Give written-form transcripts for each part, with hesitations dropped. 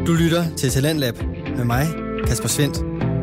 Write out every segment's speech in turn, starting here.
Du lytter til Talentlab med mig, Kasper Svendt.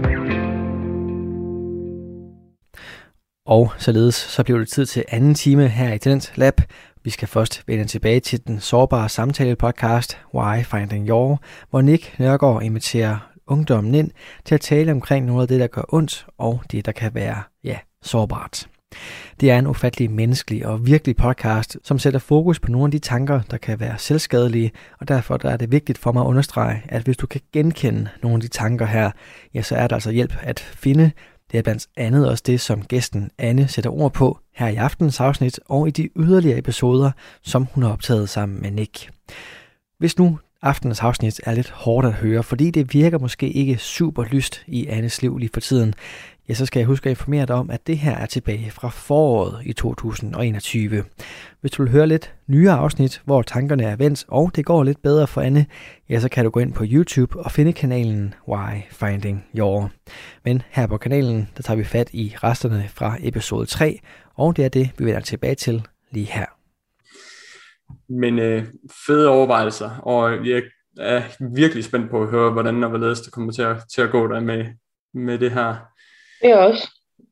Og således så bliver det tid til anden time her i Talentlab. Vi skal først vende tilbage til den sårbare samtale-podcast Why Finding Your, hvor Nick Nørgaard inviterer ungdommen ind til at tale omkring noget af det, der gør ondt, og det, der kan være, sårbart. Det er en ufattelig menneskelig og virkelig podcast, som sætter fokus på nogle af de tanker, der kan være selvskadelige, og derfor er det vigtigt for mig at understrege, at hvis du kan genkende nogle af de tanker her, så er der altså hjælp at finde. Det er blandt andet også det, som gæsten Anne sætter ord på her i aftenens afsnit og i de yderligere episoder, som hun har optaget sammen med Nick. Hvis nu aftenens afsnit er lidt hårdt at høre, fordi det virker måske ikke super lyst i Annes liv lige for tiden, så skal jeg huske at informere dig om, at det her er tilbage fra foråret i 2021. Hvis du vil høre lidt nyere afsnit, hvor tankerne er vendt, og det går lidt bedre for Anne, så kan du gå ind på YouTube og finde kanalen Why Finding Your. Men her på kanalen, der tager vi fat i resterne fra episode 3, og det er det, vi vender tilbage til lige her. Men fede overvejelser, og jeg er virkelig spændt på at høre, hvordan og hvorledes det kommer til at gå der med det her. Det er også.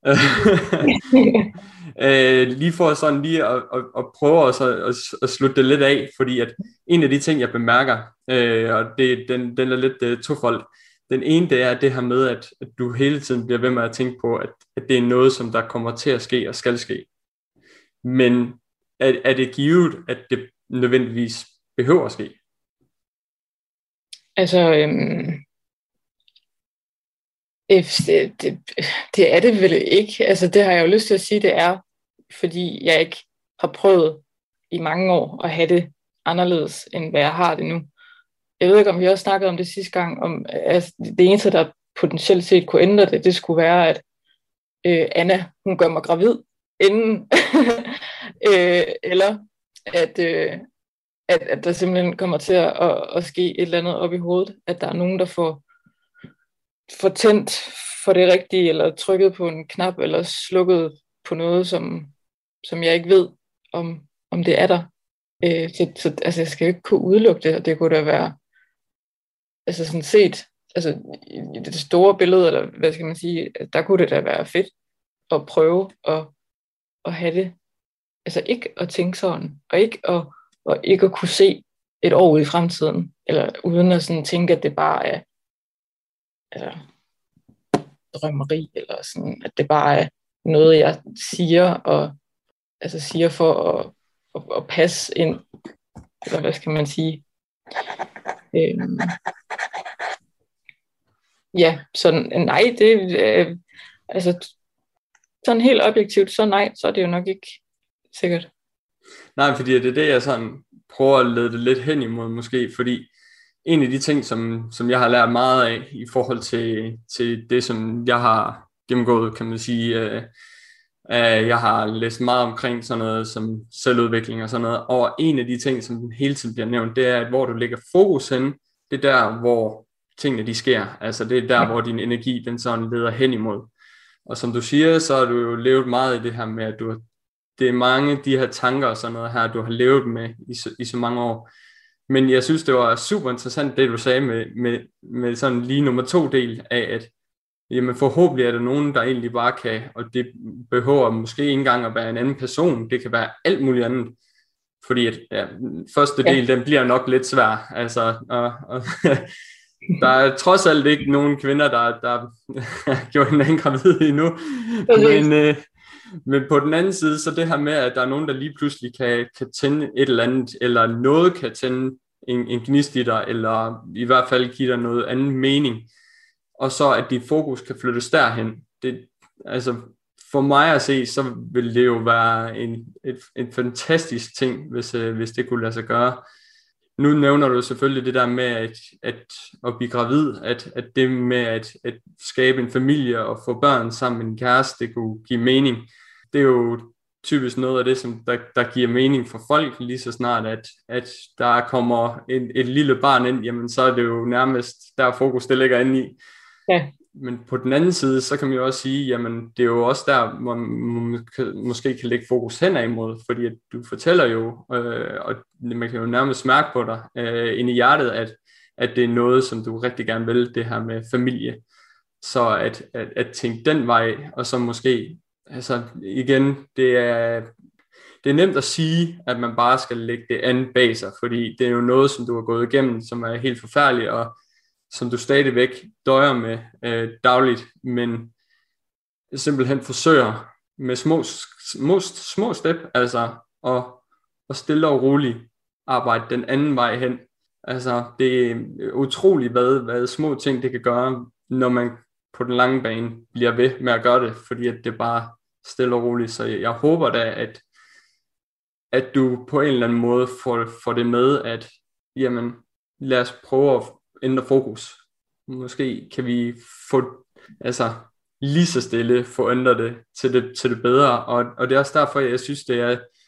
Lige for sådan lige at prøve at slutte det lidt af, fordi at en af de ting, jeg bemærker, og den er lidt tofold. Den ene, det er det her med, at du hele tiden bliver ved med at tænke på, at det er noget, som der kommer til at ske og skal ske. Men er det givet, at det nødvendigvis behøver at ske? Altså, det er det vel ikke. Altså, det har jeg jo lyst til at sige, det er, fordi jeg ikke har prøvet i mange år at have det anderledes, end hvad jeg har det nu. Jeg ved ikke, om vi også snakkede om det sidste gang, om altså, det eneste, der potentielt set kunne ændre det, det skulle være, at Anna, hun gør mig gravid inden, eller at der simpelthen kommer til at ske et eller andet op i hovedet, at der er nogen, der får tændt for det rigtige, eller trykket på en knap, eller slukket på noget, som jeg ikke ved, om det er der. Så altså, jeg skal jo ikke kunne udelukke det, og det kunne da være, altså sådan set, altså i det store billede, eller hvad skal man sige, der kunne det da være fedt at prøve at have det, altså ikke at tænke sådan, og ikke at kunne se et år ud i fremtiden, eller uden at sådan tænke, at det bare er altså, drømmeri, eller sådan, at det bare er noget, jeg siger for at passe ind, eller hvad skal man sige. Sådan nej, det altså sådan helt objektivt, så nej, så er det jo nok ikke sikkert. Nej, fordi det er det, jeg sådan prøver at lede det lidt hen imod måske, fordi en af de ting, som jeg har lært meget af i forhold til det, som jeg har gennemgået, kan man sige, jeg har læst meget omkring sådan noget som selvudvikling og sådan noget, og en af de ting, som hele tiden bliver nævnt, det er, at hvor du lægger fokus hen, det er der, hvor tingene de sker, altså det er der, hvor din energi, den sådan leder hen imod. Og som du siger, så har du jo levet meget i det her med, at det er mange af de her tanker og sådan noget her, du har levet med i så mange år. Men jeg synes, det var super interessant, det du sagde med sådan lige nummer 2 del af, at jamen forhåbentlig er der nogen, der egentlig bare kan, og det behøver måske ikke engang at være en anden person, det kan være alt muligt andet. Fordi at første del, den bliver nok lidt svær. Altså, og der er trods alt ikke nogen kvinder, der gjort hinanden gravid endnu. Men på den anden side, så det her med, at der er nogen, der lige pludselig kan tænde et eller andet, eller noget kan tænde en gnist i dig, eller i hvert fald give dig noget anden mening, og så at dit fokus kan flyttes derhen. Det, altså for mig at se, så vil det jo være en fantastisk ting, hvis det kunne lade sig gøre. Nu nævner du selvfølgelig det der med at blive gravid, at det med at skabe en familie og få børn sammen med en kæreste, det kunne give mening. Det er jo typisk noget af det, som der giver mening for folk, lige så snart, at der kommer et lille barn ind, jamen så er det jo nærmest der fokus, det ligger inde i. Ja. Men på den anden side, så kan man jo også sige, jamen det er jo også der, hvor man måske kan lægge fokus henad imod, fordi at du fortæller jo, og man kan jo nærmest mærke på dig, ind i hjertet, at det er noget, som du rigtig gerne vil, det her med familie. Så at tænke den vej, og så måske, altså igen, det er nemt at sige, at man bare skal lægge det andet bag sig, fordi det er jo noget, som du har gået igennem, som er helt forfærdeligt, og som du stadigvæk døjer med dagligt, men simpelthen forsøger med små step, altså og stille og roligt arbejde den anden vej hen. Altså det er utroligt, hvad små ting det kan gøre, når man på den lange bane bliver ved med at gøre det, fordi at det bare stille og roligt. Så jeg håber da, at du på en eller anden måde får det med, at jamen, lad os prøve at ændre fokus. Måske kan vi få, altså lige så stille få ændret det til det bedre, og det er også derfor, jeg synes, det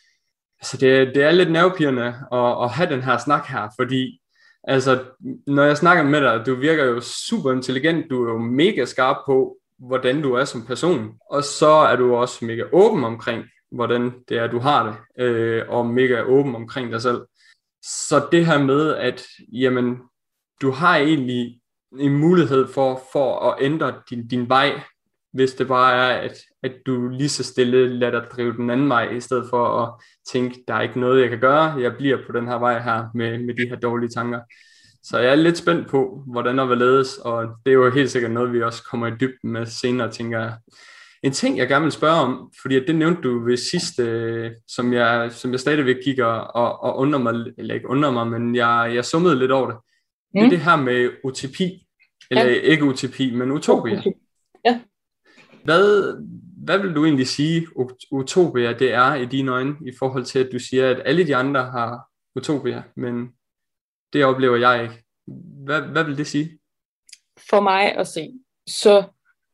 er lidt nervepirrende at have den her snak her, fordi altså, når jeg snakker med dig, du virker jo super intelligent, du er jo mega skarp på, hvordan du er som person, og så er du også mega åben omkring, hvordan det er, du har det, og mega åben omkring dig selv. Så det her med, at jamen, du har egentlig en mulighed for at ændre din vej, hvis det bare er, at du lige så stille lader dig drive den anden vej, i stedet for at tænke, der er ikke noget, jeg kan gøre, jeg bliver på den her vej her med de her dårlige tanker. Så jeg er lidt spændt på, hvordan og hvorledes, og det er jo helt sikkert noget, vi også kommer i dybden med senere, tænker jeg. En ting, jeg gerne vil spørge om, fordi det nævnte du ved sidste, som jeg stadigvæk gik og undrer mig, eller ikke undrer mig, men jeg summede lidt over det. Det er det her med utopi, eller ikke utopi, men utopia. Ja. Hvad vil du egentlig sige, utopia det er i dine øjne, i forhold til, at du siger, at alle de andre har utopia, men det oplever jeg ikke. Hvad vil det sige? For mig at se, så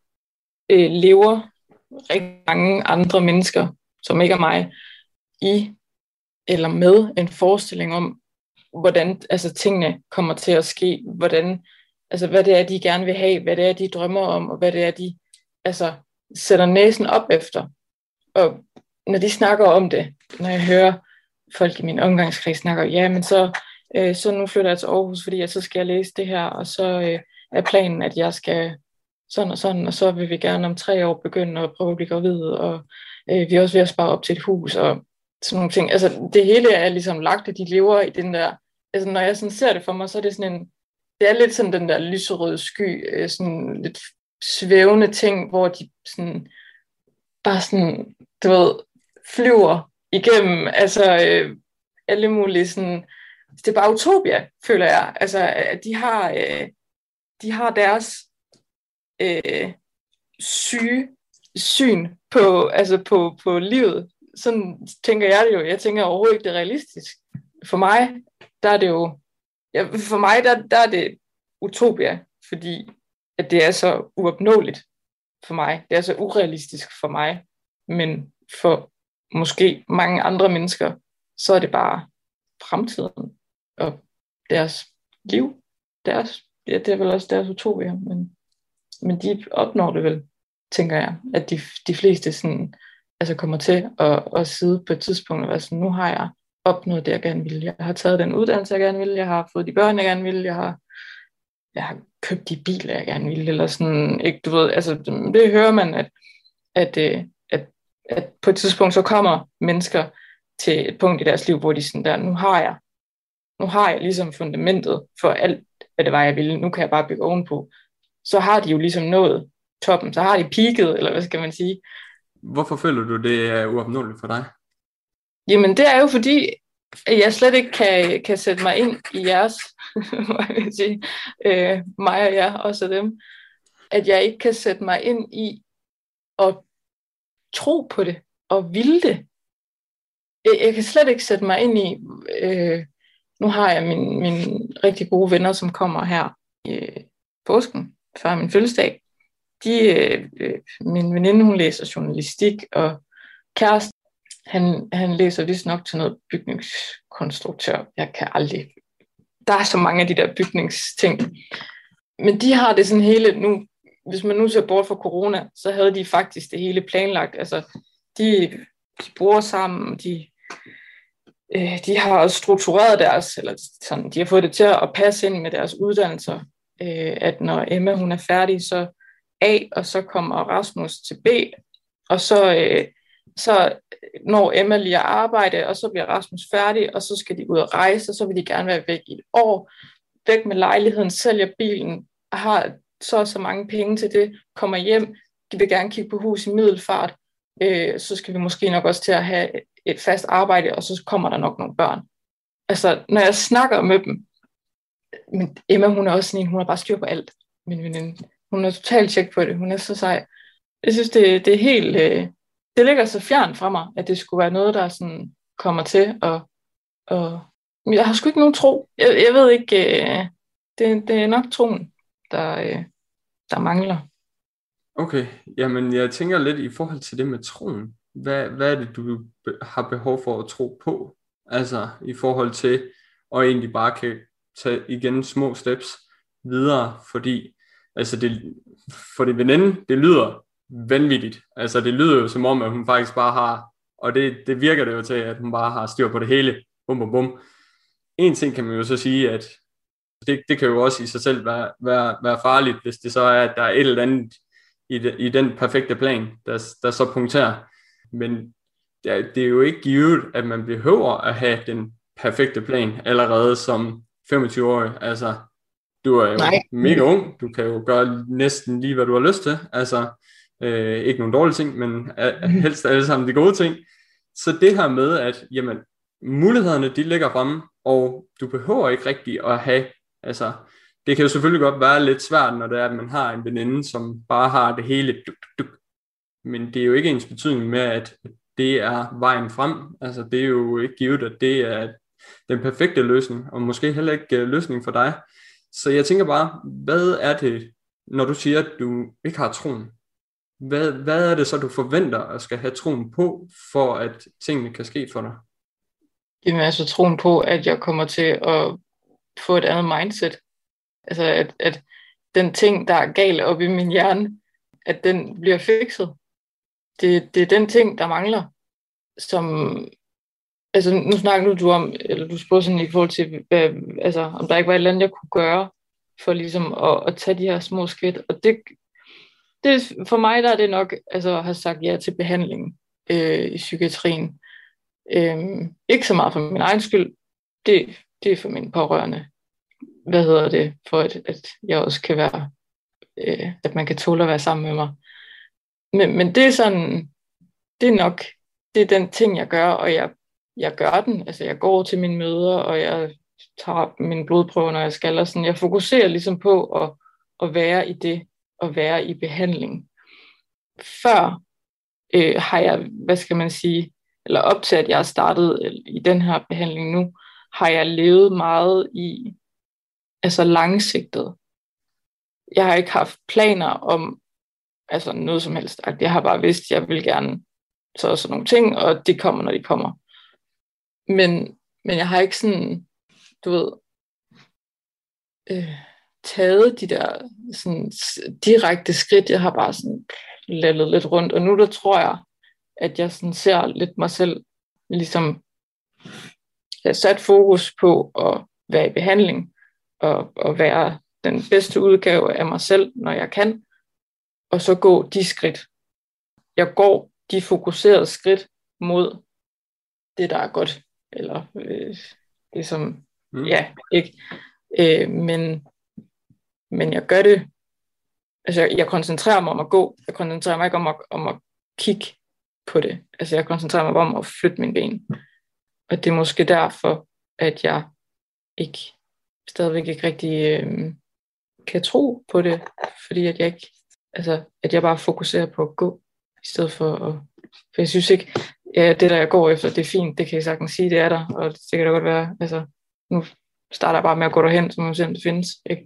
lever rigtig mange andre mennesker, som ikke er mig, i eller med en forestilling om, hvordan altså, tingene kommer til at ske, hvordan, altså, hvad det er, de gerne vil have, hvad det er, de drømmer om, og hvad det er, de altså, sætter næsen op efter. Og når de snakker om det, når jeg hører folk i min omgangskreds snakker, ja, men så nu flytter jeg til Aarhus, fordi så skal jeg læse det her, og så er planen, at jeg skal sådan, og så vil vi gerne om 3 år begynde at prøve at blive gravid, og vi er også ved at spare op til et hus, og sådan nogle ting. Altså, det hele er ligesom lagt, at de lever i den der, altså når jeg sådan ser det for mig, så er det sådan det er lidt sådan den der lyserøde sky, sådan lidt svævende ting, hvor de sådan, bare sådan, du ved, flyver igennem, altså alle mulige sådan, det er bare utopia, føler jeg. Altså, de har deres syn på, altså på livet. Sådan tænker jeg det jo. Jeg tænker overhovedet ikke, det er realistisk. For mig, der er det jo, der er det utopia, fordi at det er så uopnåeligt for mig. Det er så urealistisk for mig. Men for måske mange andre mennesker, så er det bare fremtiden og deres liv. Det er vel også deres utopia, men de opnår det vel, tænker jeg, at de fleste sådan, altså kommer til at sidde på et tidspunkt og være sådan, nu har jeg opnået det, jeg gerne vil. Jeg har taget den uddannelse, jeg gerne vil. Jeg har fået de børn, jeg gerne vil. Jeg har købt de biler, jeg gerne vil. Eller sådan, ikke, du ved, altså det hører man, at på et tidspunkt så kommer mennesker til et punkt i deres liv, hvor de sådan der, nu har jeg ligesom fundamentet for alt, hvad det var, jeg ville. Nu kan jeg bare bygge ovenpå. Så har de jo ligesom nået toppen. Så har de peaket, eller hvad skal man sige. Hvorfor føler du, det er uopnåeligt for dig? Jamen, det er jo fordi, at jeg slet ikke kan sætte mig ind i jeres, hvad jeg sige, mig og jer, også dem, at jeg ikke kan sætte mig ind i at tro på det, og ville det. Jeg kan slet ikke sætte mig ind i, nu har jeg mine rigtig gode venner, som kommer her i påsken, før min fødselsdag. Min veninde, hun læser journalistik, og kæresten, han læser vist nok til noget bygningskonstruktør. Jeg kan aldrig. Der er så mange af de der bygningsting. Men de har det sådan hele nu. Hvis man nu ser bort fra corona, så havde de faktisk det hele planlagt. Altså, de bor sammen, de har også struktureret deres, eller sådan, de har fået det til at passe ind med deres uddannelser, at når Emma hun er færdig, så A, og så kommer Rasmus til B, og så når Emma lige at arbejde, og så bliver Rasmus færdig, og så skal de ud og rejse, og så vil de gerne være væk i et år, væk med lejligheden, sælger bilen, har så mange penge til det, kommer hjem, de vil gerne kigge på hus i Middelfart, så skal vi måske nok også til at have et fast arbejde, og så kommer der nok nogle børn. Altså, når jeg snakker med dem, men Emma, hun er også sådan en, hun har bare styr på alt, min veninde. Hun er totalt tjek på det, hun er så sej. Jeg synes, det er helt, det ligger så fjern fra mig, at det skulle være noget, der sådan kommer til, og jeg har sgu ikke nogen tro. Jeg ved ikke, det er nok troen, der mangler. Okay, jamen jeg tænker lidt i forhold til det med troen. Hvad er det, du har behov for at tro på? Altså i forhold til, og egentlig bare kan tage igen små steps videre, fordi altså for det veninde, det lyder vanvittigt. Altså det lyder jo som om, at hun faktisk bare har, og det virker det jo til, at hun bare har styr på det hele. Bum, bum, bum. En ting kan man jo så sige, at det kan jo også i sig selv være farligt, hvis det så er, at der er et eller andet i den perfekte plan, der så punkterer. Men det er jo ikke givet, at man behøver at have den perfekte plan allerede som 25-årig. Altså, du er jo mega ung. Du kan jo gøre næsten lige, hvad du har lyst til. Altså, ikke nogen dårlige ting, men helst alle sammen de gode ting. Så det her med, at jamen, mulighederne, de ligger fremme, og du behøver ikke rigtig at have, altså, det kan jo selvfølgelig godt være lidt svært, når det er, at man har en veninde, som bare har det hele, men det er jo ikke ens betydning med, at det er vejen frem. Altså, det er jo ikke givet, at det er den perfekte løsning, og måske heller ikke løsning for dig. Så jeg tænker bare, hvad er det, når du siger, at du ikke har troen? Hvad er det så, du forventer at skal have troen på, for at tingene kan ske for dig? Jamen altså troen på, at jeg kommer til at få et andet mindset. Altså at den ting, der er galt oppe i min hjerne, at den bliver fikset. Det er den ting, der mangler. Som, altså nu snakker du om, eller du spurgte sådan i forhold til, altså om der ikke var et eller andet, jeg kunne gøre, for ligesom at tage de her små skridt. Og det for mig der er det nok altså at have sagt ja til behandling i psykiatrien. Ikke så meget for min egen skyld, det er for mine pårørende. For at jeg også kan være, at man kan tåle at være sammen med mig. Men det er sådan, det er nok, det er den ting jeg gør, og jeg gør den. Altså jeg går til mine møder, og jeg tager mine blodprøver, når jeg skal, og sådan. Jeg fokuserer ligesom på at være i det, og være i behandling. Før har jeg, hvad skal man sige, eller op til at jeg har startet i den her behandling nu, har jeg levet meget i, altså langsigtet. Jeg har ikke haft planer om, altså noget som helst. Jeg har bare vidst, at jeg vil gerne så sådan nogle ting, og det kommer, når de kommer. Men jeg har ikke sådan, du ved, taget de der sådan direkte skridt. Jeg har bare sådan lallet lidt rundt, og nu der tror jeg, at jeg sådan ser lidt mig selv, ligesom jeg har sat fokus på at være i behandling, og være den bedste udgave af mig selv, når jeg kan, og så gå de skridt. Jeg går de fokuserede skridt mod det, der er godt, eller det som, ja, ikke. Men jeg gør det, altså jeg koncentrerer mig om at gå, jeg koncentrerer mig ikke om at kigge på det, altså jeg koncentrerer mig om at flytte mine ben, og det er måske derfor, at jeg stadigvæk ikke rigtig kan tro på det, fordi at jeg ikke, altså at jeg bare fokuserer på at gå, i stedet for at, for jeg synes ikke, ja, det der jeg går efter, det er fint, det kan jeg sagtens sige, det er der, og det kan da godt være, altså nu starter jeg bare med at gå derhen, så må vi se, om det findes, ikke?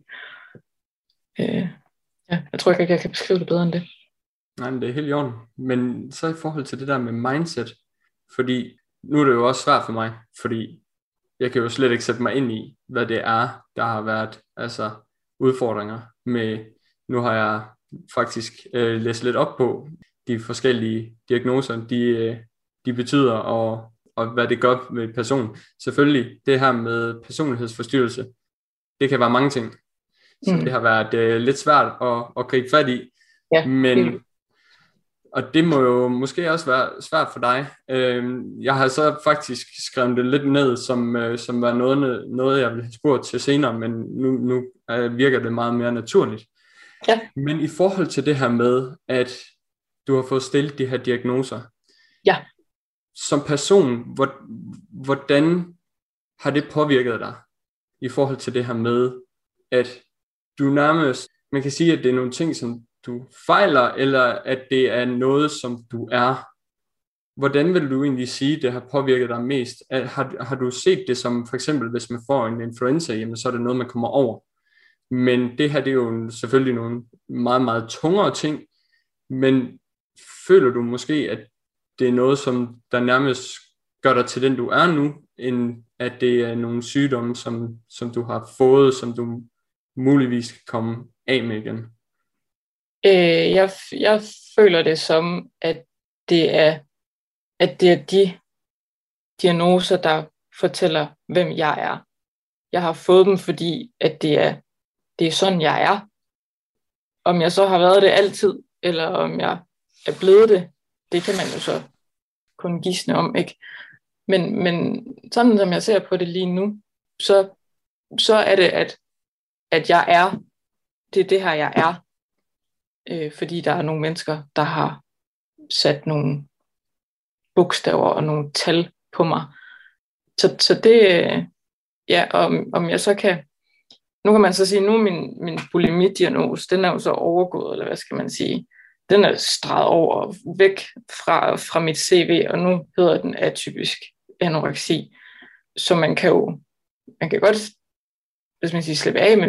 Ja, jeg tror ikke, jeg kan beskrive det bedre end det. Nej, men det er helt i orden. Men så i forhold til det der med mindset, fordi nu er det jo også svært for mig, fordi jeg kan jo slet ikke sætte mig ind i, hvad det er, der har været altså udfordringer med, nu har jeg faktisk læst lidt op på de forskellige diagnoser, de betyder, og og hvad det gør med en person. Selvfølgelig, det her med personlighedsforstyrrelse, det kan være mange ting. Så det har været lidt svært at gribe fat i. Ja, men, og det må jo måske også være svært for dig. Jeg har så faktisk skrevet det lidt ned, som var noget, jeg ville have spurgt til senere, men nu virker det meget mere naturligt. Ja. Men i forhold til det her med, at du har fået stillet de her diagnoser. Ja. Som person, hvordan har det påvirket dig i forhold til det her med, at du nærmest, man kan sige, at det er nogle ting, som du fejler, eller at det er noget, som du er. Hvordan vil du egentlig sige, det har påvirket dig mest? Har du set det som, for eksempel, hvis man får en influenza, jamen, så er det noget, man kommer over. Men det her, det er jo selvfølgelig nogle meget, meget tungere ting. Men føler du måske, at det er noget, som der nærmest gør dig til den, du er nu, end at det er nogle sygdomme, som du har fået, som du muligvis kan komme af med igen? Jeg føler det som, at det er de diagnoser, der fortæller, hvem jeg er. Jeg har fået dem, fordi at det er sådan, jeg er. Om jeg så har været det altid, eller om jeg er blevet det kan man jo så kun gisne om, ikke? Men sådan som jeg ser på det lige nu, så er det, at jeg er, det er det her, jeg er. Fordi der er nogle mennesker, der har sat nogle bogstaver og nogle tal på mig. Så det, ja, om jeg så kan, nu kan man så sige, nu min bulimidiagnose, den er jo så overgået, eller hvad skal man sige, den er streget over, væk fra mit CV, og nu hedder den atypisk anoreksi. Så man kan godt, hvis man siger, slippe af,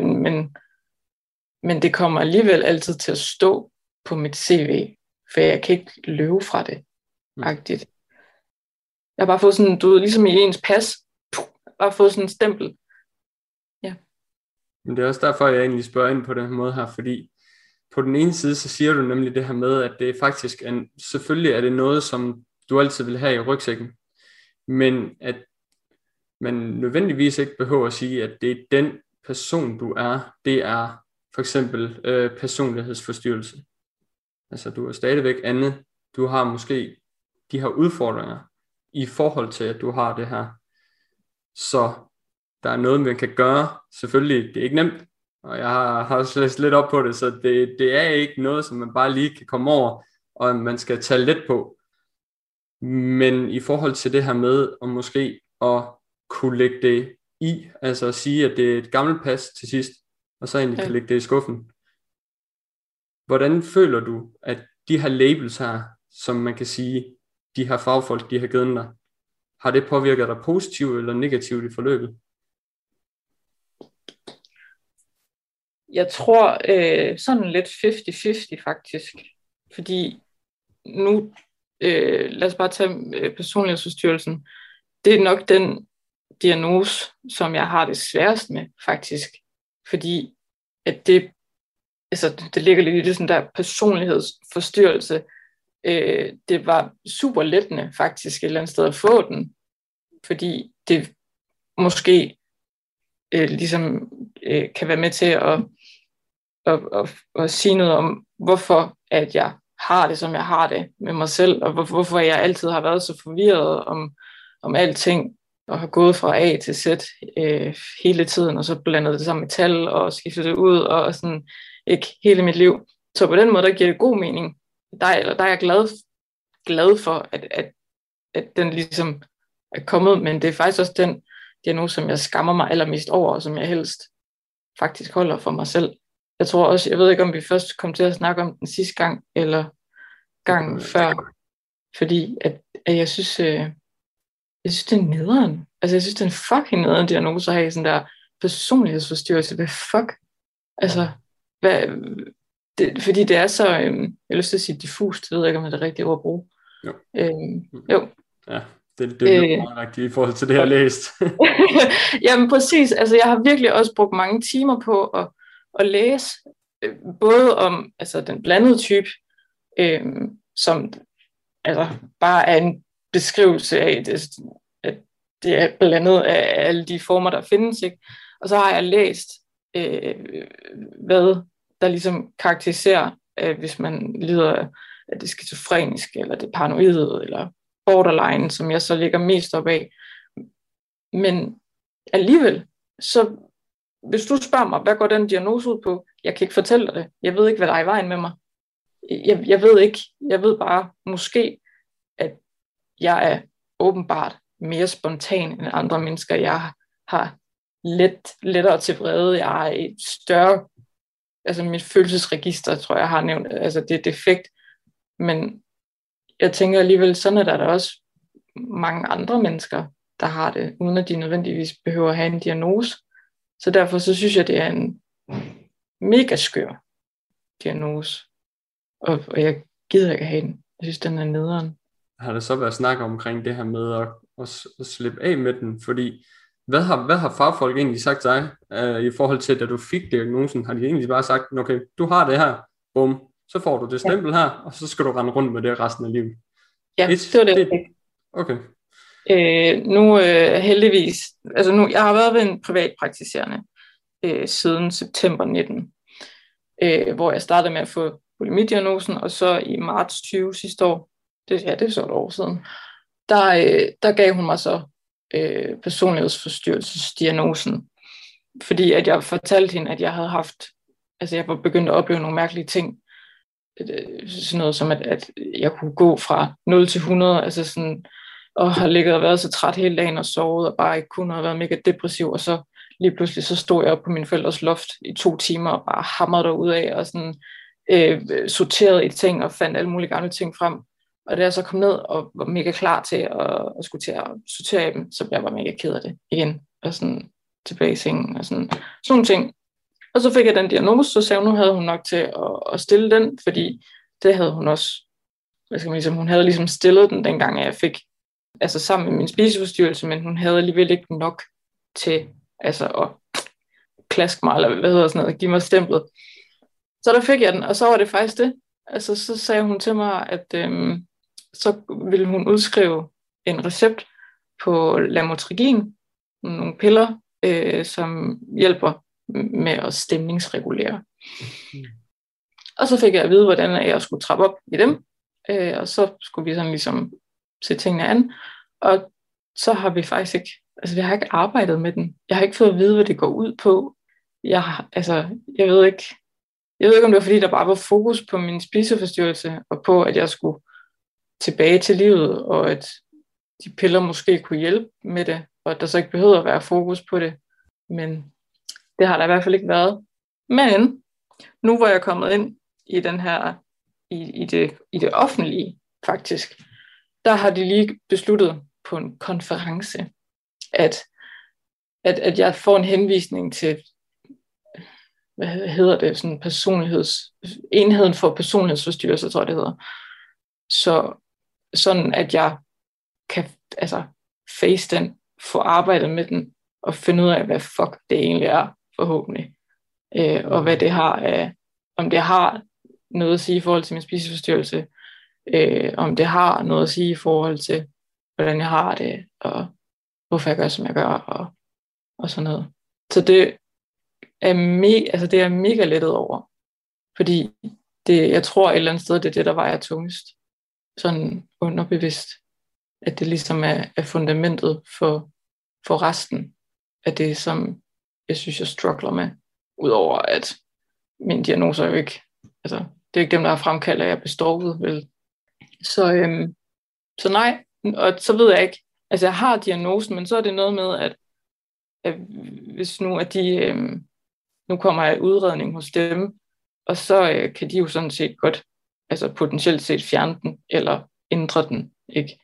men det kommer alligevel altid til at stå på mit CV, for jeg kan ikke løbe fra det. Agtigt. Jeg har bare fået sådan, du ved, ligesom i ens pas, bare fået sådan en stempel. Ja. Men det er også derfor, jeg egentlig spørger ind på den måde her, fordi på den ene side, så siger du nemlig det her med, at det faktisk selvfølgelig er det noget, som du altid vil have i rygsækken, men at man nødvendigvis ikke behøver at sige, at det er den person, du er, det er for eksempel personlighedsforstyrrelse. Altså du er stadigvæk andet, du har måske de her udfordringer i forhold til, at du har det her. Så der er noget, man kan gøre. Selvfølgelig, det er ikke nemt, og jeg har også læst lidt op på det, så det er ikke noget, som man bare lige kan komme over, og man skal tage let på. Men i forhold til det her med, at måske at kunne lægge det i, altså at sige, at det er et gammelt pas til sidst, og så egentlig kan lægge det i skuffen. Hvordan føler du, at de her labels her, som man kan sige, de her fagfolk, de har givet dig, har det påvirket dig positivt eller negativt i forløbet? Jeg tror sådan lidt 50-50 faktisk. Fordi nu, lad os bare tage personlighedsforstyrrelsen. Det er nok den diagnose, som jeg har det sværest med faktisk. Fordi at det ligger lidt i det sådan der personlighedsforstyrrelse. Det var super lettende faktisk et eller andet sted at få den. Fordi det måske ligesom kan være med til at sige noget om, hvorfor at jeg har det, som jeg har det med mig selv, og hvorfor jeg altid har været så forvirret om alting, og har gået fra A til Z hele tiden, og så blandet det sammen med tal, og skiftet det ud, og sådan ikke hele mit liv. Så på den måde, der giver det god mening. Der er jeg glad for, at den ligesom er kommet, men det er faktisk også den diagnose, som jeg skammer mig allermest over, og som jeg helst faktisk holder for mig selv. Jeg tror også, jeg ved ikke, om vi først kom til at snakke om den sidste gang, eller gangen før, fordi at jeg synes, det er nederen. Altså, jeg synes, det er en fucking nederen diagnose at have sådan der personlighedsforstyrrelse. Hvad fuck? Altså, fordi det er så, jeg har lyst til at sige diffust, jeg ved ikke, om det er det rigtige ord at bruge. Jo. Jo. Ja, det er meget rigtigt i forhold til det, jeg har læst. Jamen præcis, altså jeg har virkelig også brugt mange timer på at læse, både om altså den blandede type, som altså bare er en beskrivelse af det, at det er blandet af alle de former, der findes, ikke? Og så har jeg læst, hvad der ligesom karakteriserer, hvis man lider af det skizofreniske, eller det paranoide, eller borderline, som jeg så ligger mest op af. Men alligevel, så hvis du spørger mig, hvad går den diagnose ud på? Jeg kan ikke fortælle dig det. Jeg ved ikke, hvad der er i vejen med mig. Jeg ved ikke. Jeg ved bare måske, at jeg er åbenbart mere spontan end andre mennesker. Jeg har lettere til vrede. Jeg har et større, altså mit følelsesregister, tror jeg har nævnt, altså det er defekt. Men jeg tænker alligevel, sådan er der også mange andre mennesker, der har det, uden at de nødvendigvis behøver at have en diagnose. Så derfor så synes jeg, det er en mega skør diagnose. Og jeg gider ikke have den. Jeg synes, den er nederen. Har der så været snak omkring det her med at slippe af med den? Fordi hvad har fagfolk egentlig sagt til dig i forhold til, da du fik diagnosen? Har de egentlig bare sagt, okay, du har det her, bum, så får du det stempel her, og så skal du rende rundt med det resten af livet? Ja, det var det. Okay. Nu heldigvis, altså nu, jeg har været ved en privatpraktiserende siden september 19, hvor jeg startede med at få bulimidiagnosen, og så i marts 20 sidste år, det er så et år siden, der gav hun mig så personlighedsforstyrrelsesdiagnosen, fordi at jeg fortalte hende, at jeg havde haft, altså jeg var begyndt at opleve nogle mærkelige ting, sådan noget som, at jeg kunne gå fra 0 til 100, altså sådan, og har ligget og været så træt hele dagen og sovet, og bare ikke kunne have været mega depressiv, og så lige pludselig så stod jeg op på min forældres loft i 2 timer, og bare hamrede derudad, og sådan sorterede i ting, og fandt alle mulige gamle ting frem, og da jeg så kom ned, og var mega klar til at skulle til at sortere dem, så blev jeg bare mega ked af det igen, og sådan tilbage i sengen, og sådan nogle ting. Og så fik jeg den diagnose, så sagde hun, nu havde hun nok til at stille den, fordi det havde hun også, hun havde ligesom stillet den, dengang jeg fik, altså sammen med min spiseforstyrrelse, men hun havde alligevel ikke nok til altså at klaske mig, eller hvad hedder sådan noget, give mig stemplet. Så der fik jeg den, og så var det faktisk det. Altså så sagde hun til mig, at så ville hun udskrive en recept på lamotrigin, nogle piller, som hjælper med at stemningsregulere. Og så fik jeg at vide, hvordan jeg skulle trappe op i dem, og så skulle vi sådan ligesom se tingene an, og så har vi faktisk ikke, altså vi har ikke arbejdet med den. Jeg har ikke fået at vide, hvad det går ud på. Jeg ved ikke, om det var fordi, der bare var fokus på min spiseforstyrrelse, og på, at jeg skulle tilbage til livet, og at de piller måske kunne hjælpe med det, og at der så ikke behøvede at være fokus på det. Men det har der i hvert fald ikke været. Men nu hvor jeg er kommet ind i den her, i det offentlige faktisk, der har de lige besluttet på en konference, at jeg får en henvisning til, hvad hedder det, sådan enheden for personlighedsforstyrrelser, tror jeg det hedder. Så sådan at jeg kan face den, få arbejdet med den, og finde ud af, hvad fuck det egentlig er, forhåbentlig. Og hvad det har af, om det har noget at sige i forhold til min spiseforstyrrelse, om det har noget at sige i forhold til, hvordan jeg har det, og hvorfor jeg gør, som jeg gør, og sådan noget. Så det er det er mega lettet over, fordi jeg tror et eller andet sted, det er det, der vejer tungest, sådan underbevidst, at det ligesom er fundamentet for resten af det, som jeg synes, jeg struggler med, udover at mine diagnoser jo ikke, altså det er ikke dem, der har fremkaldt, at jeg består ved, vel. Så nej, og så ved jeg ikke, altså jeg har diagnosen, men så er det noget med, at hvis nu at de, nu kommer jeg i udredning hos dem, og så kan de jo sådan set godt, altså potentielt set fjerne den, eller ændre den, ikke?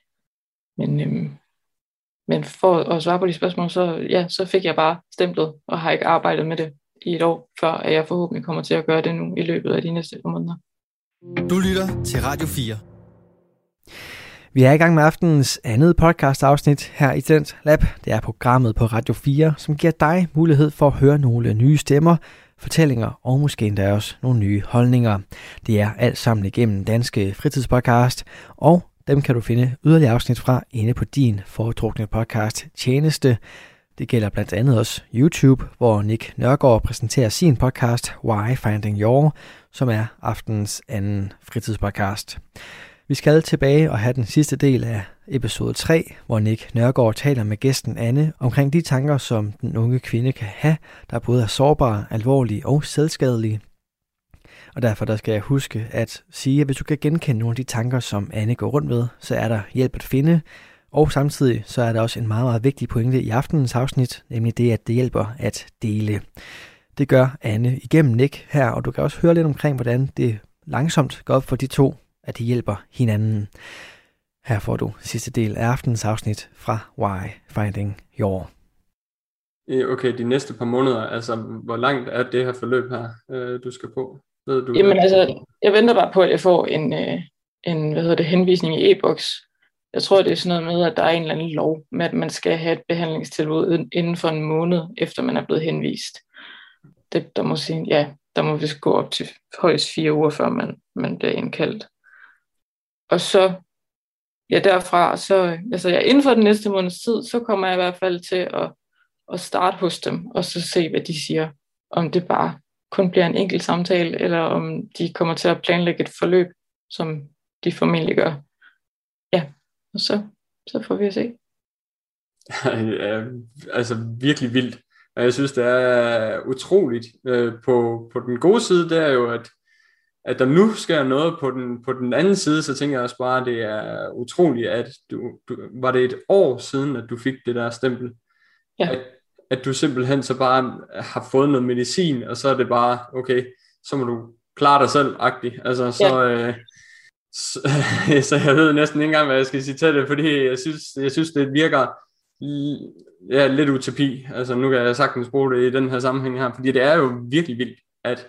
Men for at svare på de spørgsmål, så fik jeg bare stemplet, og har ikke arbejdet med det i et år, før at jeg forhåbentlig kommer til at gøre det nu i løbet af de næste måneder. Du lytter til Radio 4. Vi er i gang med aftenens andet podcast-afsnit her i Talent Lab. Det er programmet på Radio 4, som giver dig mulighed for at høre nogle nye stemmer, fortællinger og måske endda også nogle nye holdninger. Det er alt sammen igennem Danske Fritidspodcast, og Dem kan du finde yderligere afsnit fra inde på din foretrukne podcast tjeneste. Det gælder blandt andet også YouTube, hvor Nick Nørgaard præsenterer sin podcast Why Finding Your, som er aftenens anden fritidspodcast. Vi skal tilbage og have den sidste del af episode 3, hvor Nick Nørgaard taler med gæsten Anne omkring de tanker, som den unge kvinde kan have, der både er sårbare, alvorlige og selvskadelige. Og derfor der skal jeg huske at sige, at hvis du kan genkende nogle af de tanker, som Anne går rundt med, så er der hjælp at finde. Og samtidig så er der også en meget, meget vigtig pointe i aftenens afsnit, nemlig det, at det hjælper at dele. Det gør Anne igennem Nick her, og du kan også høre lidt omkring, hvordan det langsomt går op for de to, at de hjælper hinanden. Her får du sidste del af aftenens afsnit fra Why Finding Your. Okay, de næste par måneder, altså hvor langt er det her forløb her, du skal på? Ved du? Jamen altså, jeg venter bare på, at jeg får en henvisning i e-boks. Jeg tror, det er sådan noget med, at der er en eller anden lov med, at man skal have et behandlingstilbud inden for en måned, efter man er blevet henvist. Der må vist gå op til højst 4 uger, før man bliver indkaldt. Og så, derfra, inden for den næste måneds tid, så kommer jeg i hvert fald til at starte hos dem, og så se, hvad de siger. Om det bare kun bliver en enkelt samtale, eller om de kommer til at planlægge et forløb, som de formentlig gør. Ja, og så får vi at se. Altså virkelig vildt. Og jeg synes, det er utroligt. På den gode side, det er jo, at der nu sker noget på den anden side, så tænker jeg også bare, at det er utroligt, at var det et år siden, at du fik det der stempel? Ja. At du simpelthen så bare har fået noget medicin, og så er det bare, okay, så må du klare dig selv-agtigt. Altså, så jeg ved næsten ikke engang, hvad jeg skal sige til det, fordi jeg synes det virker lidt utopi. Altså, nu kan jeg sagtens bruge det i den her sammenhæng her, fordi det er jo virkelig vildt, at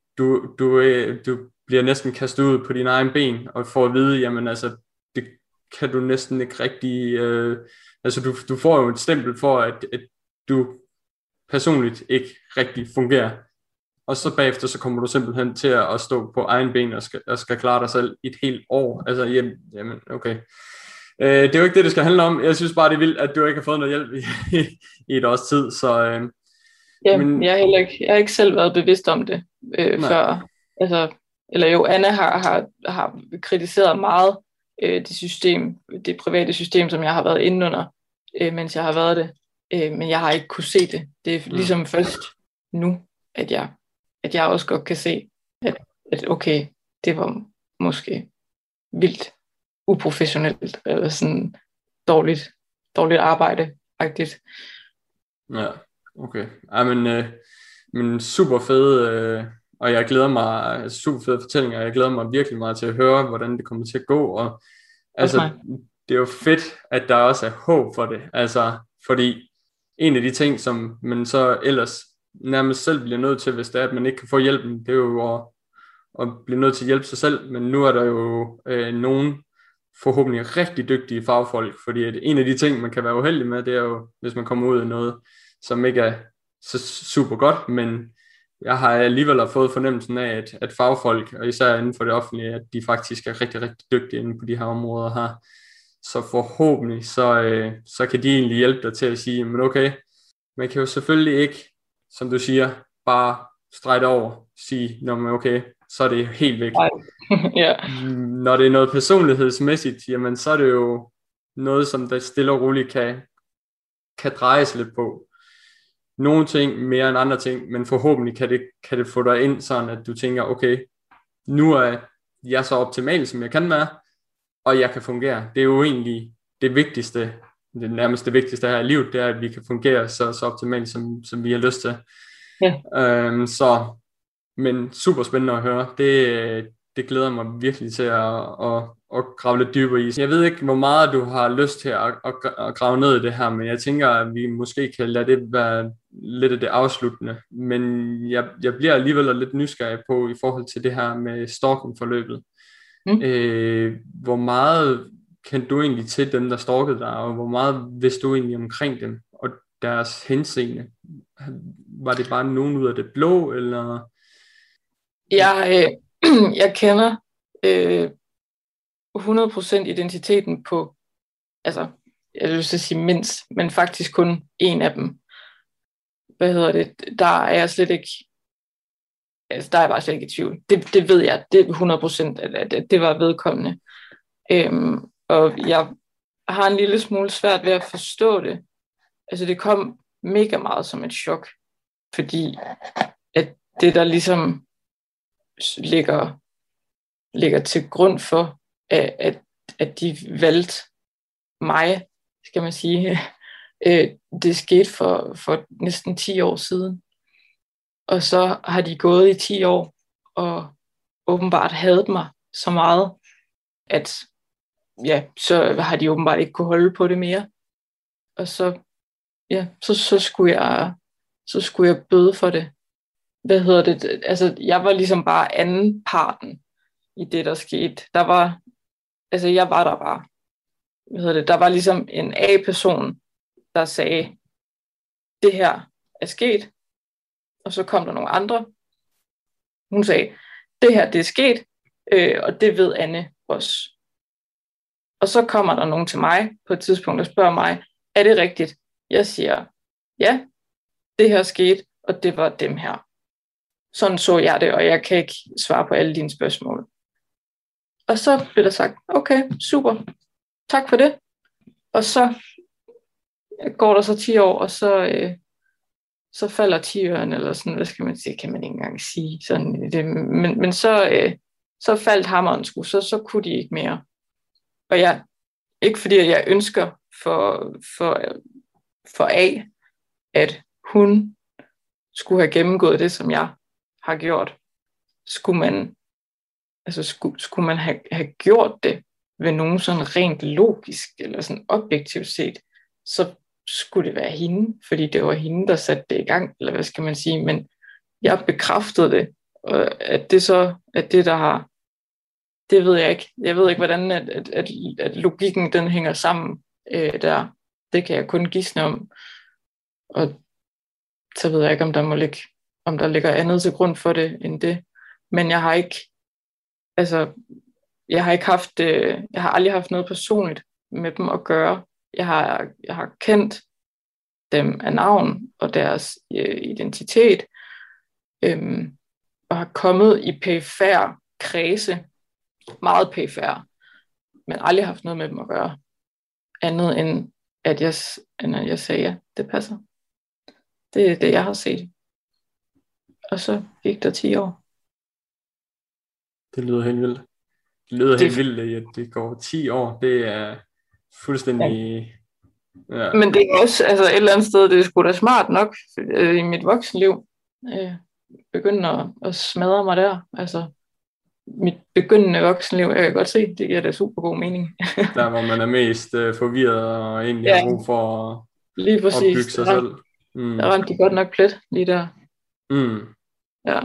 du bliver næsten kastet ud på dine egen ben, og får at vide, jamen altså, det kan du næsten ikke rigtig, altså du får jo et stempel for, at du personligt ikke rigtig fungerer. Og så bagefter, så kommer du simpelthen til at stå på egen ben og skal klare dig selv i et helt år. Altså, jamen, okay. Det er jo ikke det skal handle om. Jeg synes bare, det er vildt, at du ikke har fået noget hjælp i et års tid. Så, men jeg har ikke selv været bevidst om det før. Altså, Anna har kritiseret meget det private system, som jeg har været inde under, mens jeg har været det. Men jeg har ikke kunne se det. Det er ligesom først nu, at jeg også godt kan se, at okay, det var måske vildt uprofessionelt, eller sådan dårligt arbejde-agtigt. Ja, okay. Men super fed, og jeg glæder mig, super fede fortællinger, jeg glæder mig virkelig meget til at høre, hvordan det kommer til at gå, og altså, det er jo fedt, at der også er håb for det, altså, fordi en af de ting, som man så ellers nærmest selv bliver nødt til, hvis det er, at man ikke kan få hjælpen, det er jo at blive nødt til at hjælpe sig selv, men nu er der jo nogen forhåbentlig rigtig dygtige fagfolk, fordi at en af de ting, man kan være uheldig med, det er jo, hvis man kommer ud af noget, som ikke er så super godt, men jeg har alligevel fået fornemmelsen af, at fagfolk, og især inden for det offentlige, at de faktisk er rigtig, rigtig dygtige inde på de her områder her. Så forhåbentlig, så kan de egentlig hjælpe dig til at sige, men okay, man kan jo selvfølgelig ikke, som du siger, bare strege det over, sige, men okay, så er det helt væk. Yeah. Når det er noget personlighedsmæssigt, jamen så er det jo noget, som der stille og roligt kan drejes lidt på. Nogle ting mere end andre ting, men forhåbentlig kan det få dig ind sådan, at du tænker, okay, nu er jeg så optimal, som jeg kan være, og jeg kan fungere. Det er jo egentlig det vigtigste, det nærmest det vigtigste her i livet, det er, at vi kan fungere så optimalt, som vi har lyst til. Ja. Men super spændende at høre. Det glæder mig virkelig til at grave lidt dybere i. Jeg ved ikke, hvor meget du har lyst til at grave ned i det her, men jeg tænker, at vi måske kan lade det være lidt af det afsluttende. Men jeg bliver alligevel lidt nysgerrig på i forhold til det her med stalking-forløbet. Hvor meget kendte du egentlig til dem, der stalkede dig, og hvor meget vidste du egentlig omkring dem og deres henseende? Var det bare nogen ud af det blå, eller? Jeg kender 100% identiteten på, altså, jeg vil sige mindst, men faktisk kun en af dem. Der er jeg slet ikke, altså, der er jeg bare slet ikke i tvivl. Det ved jeg, det er 100%, at det var vedkommende. Og jeg har en lille smule svært ved at forstå det. Altså, det kom mega meget som et chok, fordi at det, der ligesom ligger til grund for, at de valgte mig, skal man sige, det skete for næsten 10 år siden. Og så har de gået i 10 år, og åbenbart hadet mig så meget, at ja, så har de åbenbart ikke kunne holde på det mere. Og så, ja, så skulle jeg bøde for det. Altså, jeg var ligesom bare anden parten i det, der skete. Jeg var der bare. Der var ligesom en A-person, der sagde, det her er sket. Og så kom der nogle andre. Hun sagde, det her det er sket, og det ved Anne også. Og så kommer der nogen til mig på et tidspunkt og spørger mig, er det rigtigt? Jeg siger, ja, det her skete, og det var dem her. Sådan så jeg det, og jeg kan ikke svare på alle dine spørgsmål. Og så blev der sagt, okay, super, tak for det. Og så går der så 10 år, og så falder tiøren, eller sådan, hvad skal man sige, kan man ikke engang sige. Sådan, men så faldt hammeren sgu, så kunne de ikke mere. Og ikke fordi jeg ønsker for A, at hun skulle have gennemgået det, som jeg har gjort, skulle man have gjort det ved nogen sådan rent logisk, eller sådan objektivt set, så skulle det være hende, fordi det var hende, der satte det i gang, eller hvad skal man sige, men jeg bekræftede det, og at det så, at det der har, det ved jeg ikke. Jeg ved ikke, hvordan at logikken den hænger sammen der. Det kan jeg kun gisne om. Og så ved jeg ikke, om der ligger andet til grund for det end det. Men jeg har ikke, jeg har aldrig haft noget personligt med dem at gøre. Jeg har kendt dem af navn og deres identitet, og har kommet i perifære kredse, meget perifære, men aldrig haft noget med dem at gøre, andet end at jeg sagde, ja, det passer. Det er det, jeg har set. Og så gik der 10 år. Det lyder helt vildt. Det lyder helt vildt, at det går 10 år. Det er fuldstændig... Ja. Men det er også, et eller andet sted, det er sgu da smart nok i mit voksenliv. Begynde at smadre mig der. Mit begyndende voksenliv, jeg kan godt se, det giver da super god mening. Der, hvor man er mest forvirret og egentlig har brug for at lige præcis. opbygge sig selv. Der ramte de godt nok plet lige der. Ja.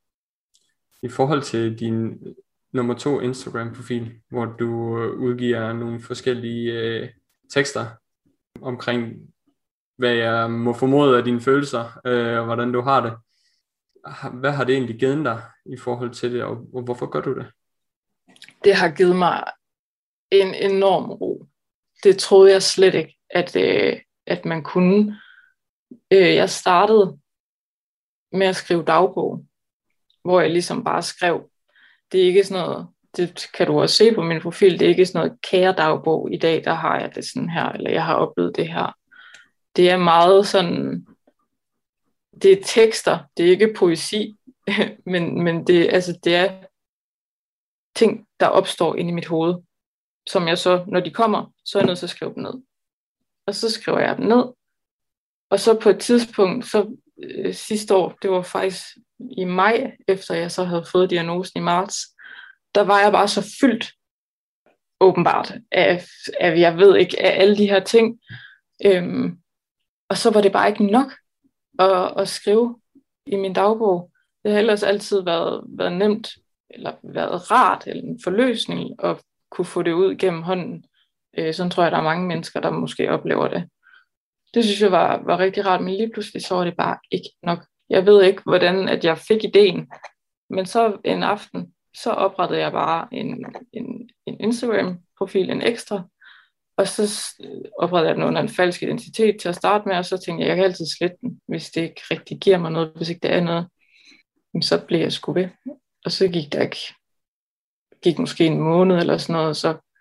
I forhold til din nummer 2 Instagram-profil, hvor du udgiver nogle forskellige tekster omkring, hvad jeg må formode af dine følelser, og hvordan du har det. Hvad har det egentlig givet dig i forhold til det, og hvorfor gør du det? Det har givet mig en enorm ro. Det troede jeg slet ikke, at man kunne. Jeg startede med at skrive dagbog, hvor jeg ligesom bare skrev. Det er ikke sådan noget, det kan du også se på min profil, det er ikke sådan noget kære dagbog. I dag, der har jeg det sådan her, eller jeg har oplevet det her. Det er meget sådan, det er tekster, det er ikke poesi, men det er ting, der opstår inde i mit hoved, som jeg så, når de kommer, så er jeg nødt til at skrive dem ned. Og så skriver jeg dem ned, og så på et tidspunkt, så sidste år, det var faktisk i maj, efter jeg så havde fået diagnosen i marts, der var jeg bare så fyldt, åbenbart, af jeg ved ikke, af alle de her ting. Og så var det bare ikke nok at skrive i min dagbog. Det har ellers altid været nemt, eller været rart, eller en forløsning, at kunne få det ud gennem hånden. Sådan tror jeg, der er mange mennesker, der måske oplever det. Det synes jeg var rigtig rart, men lige pludselig så var det bare ikke nok. Jeg ved ikke, hvordan at jeg fik ideen, men så en aften, så oprettede jeg bare min Instagram-profil en ekstra, og så oprettede jeg den under en falsk identitet til at starte med, og så tænkte jeg kan altid slette den, hvis det ikke rigtig giver mig noget, hvis ikke det er noget. Men så blev jeg sgu ved. Og så gik måske en måned eller sådan noget,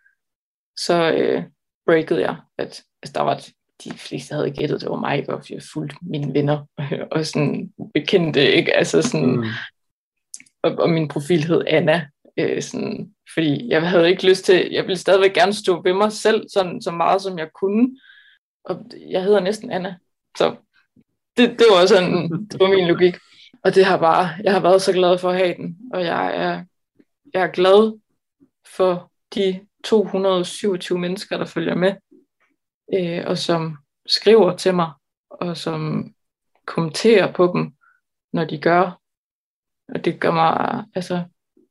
så breakede jeg, at der var de fleste havde gættet, det var mig, ikke? Og jeg fulgte mine venner og sådan bekendte, ikke? Altså sådan, og min profil hed Anna, sådan, fordi jeg havde ikke lyst til, jeg ville stadigvæk gerne stå ved mig selv, sådan så meget som jeg kunne, og jeg hedder næsten Anna, så det var sådan, det var min logik, og jeg har været så glad for at have den, og jeg er glad for de 227 mennesker, der følger med, og som skriver til mig, og som kommenterer på dem, når de gør. Og det gør mig, altså,